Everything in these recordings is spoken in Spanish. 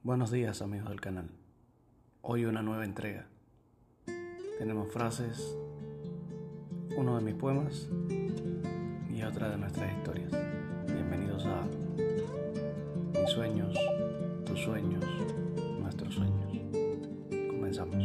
Buenos días, amigos del canal. Hoy una nueva entrega. Tenemos frases, uno de mis poemas y otra de nuestras historias. Bienvenidos a Mis sueños, tus sueños, nuestros sueños. Comenzamos.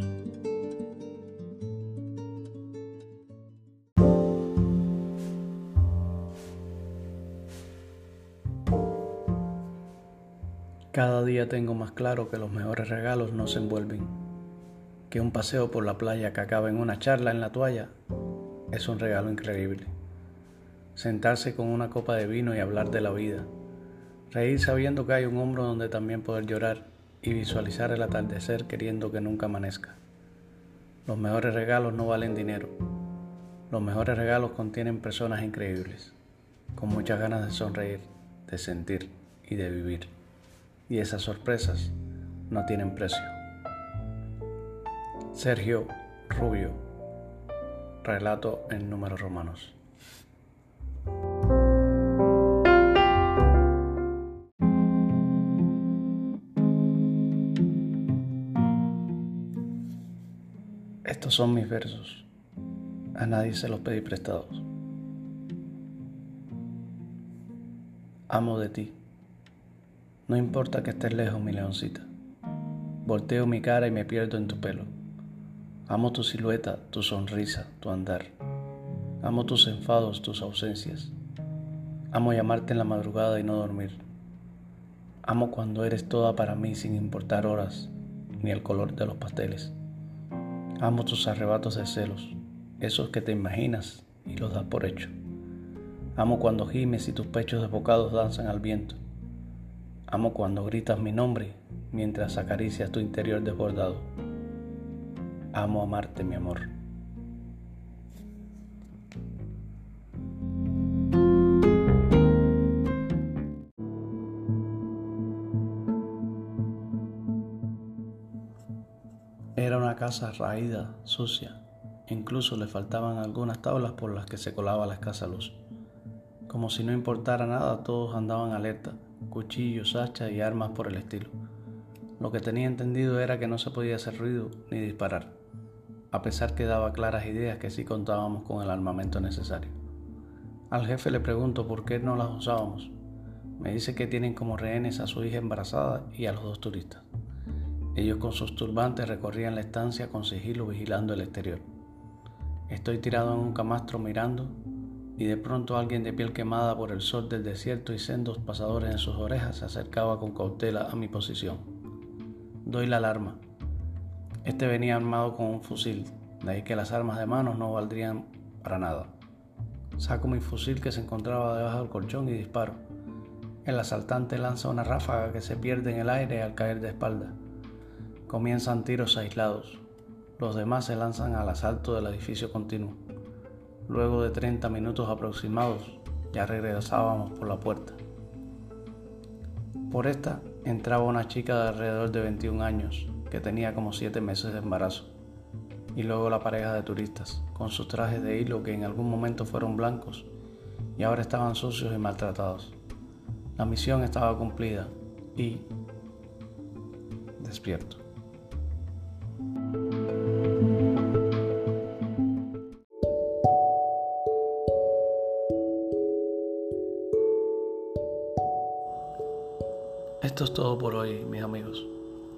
Cada día tengo más claro que los mejores regalos no se envuelven, que un paseo por la playa que acaba en una charla en la toalla es un regalo increíble. Sentarse con una copa de vino y hablar de la vida, reír sabiendo que hay un hombro donde también poder llorar y visualizar el atardecer queriendo que nunca amanezca. Los mejores regalos no valen dinero. Los mejores regalos contienen personas increíbles, con muchas ganas de sonreír, de sentir y de vivir. Y esas sorpresas no tienen precio. Sergio Rubio, relato en números romanos. Estos son mis versos. A nadie se los pedí prestados. Amo de ti. No importa que estés lejos, mi leoncita. Volteo mi cara y me pierdo en tu pelo. Amo tu silueta, tu sonrisa, tu andar. Amo tus enfados, tus ausencias. Amo llamarte en la madrugada y no dormir. Amo cuando eres toda para mí sin importar horas ni el color de los pasteles. Amo tus arrebatos de celos, esos que te imaginas y los das por hecho. Amo cuando gimes y tus pechos desbocados danzan al viento. Amo cuando gritas mi nombre mientras acaricias tu interior desbordado. Amo amarte, mi amor. Era una casa raída, sucia. Incluso le faltaban algunas tablas por las que se colaba la escasa luz. Como si no importara nada, todos andaban alerta, cuchillos, hachas y armas por el estilo. Lo que tenía entendido era que no se podía hacer ruido ni disparar, a pesar que daba claras ideas que sí contábamos con el armamento necesario. Al jefe le pregunto por qué no las usábamos. Me dice que tienen como rehenes a su hija embarazada y a los 2 turistas. Ellos con sus turbantes recorrían la estancia con sigilo vigilando el exterior. Estoy tirado en un camastro mirando y de pronto alguien de piel quemada por el sol del desierto y sendos pasadores en sus orejas se acercaba con cautela a mi posición. Doy la alarma. Este venía armado con un fusil, de ahí que las armas de mano no valdrían para nada. Saco mi fusil que se encontraba debajo del colchón y disparo. El asaltante lanza una ráfaga que se pierde en el aire al caer de espalda. Comienzan tiros aislados. Los demás se lanzan al asalto del edificio continuo. Luego de 30 minutos aproximados, ya regresábamos por la puerta. Por esta entraba una chica de alrededor de 21 años, que tenía como 7 meses de embarazo, y luego la pareja de turistas, con sus trajes de hilo que en algún momento fueron blancos y ahora estaban sucios y maltratados. La misión estaba cumplida y despierto. Esto es todo por hoy, mis amigos.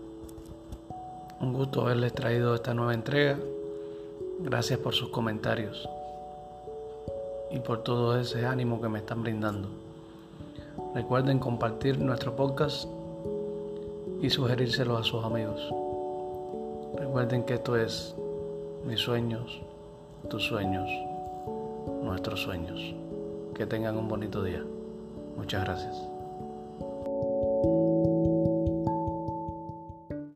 Un gusto haberles traído esta nueva entrega. Gracias por sus comentarios y por todo ese ánimo que me están brindando. Recuerden compartir nuestro podcast y sugerírselo a sus amigos. Recuerden que esto es Mis sueños, tus sueños, nuestros sueños. Que tengan un bonito día. Muchas gracias.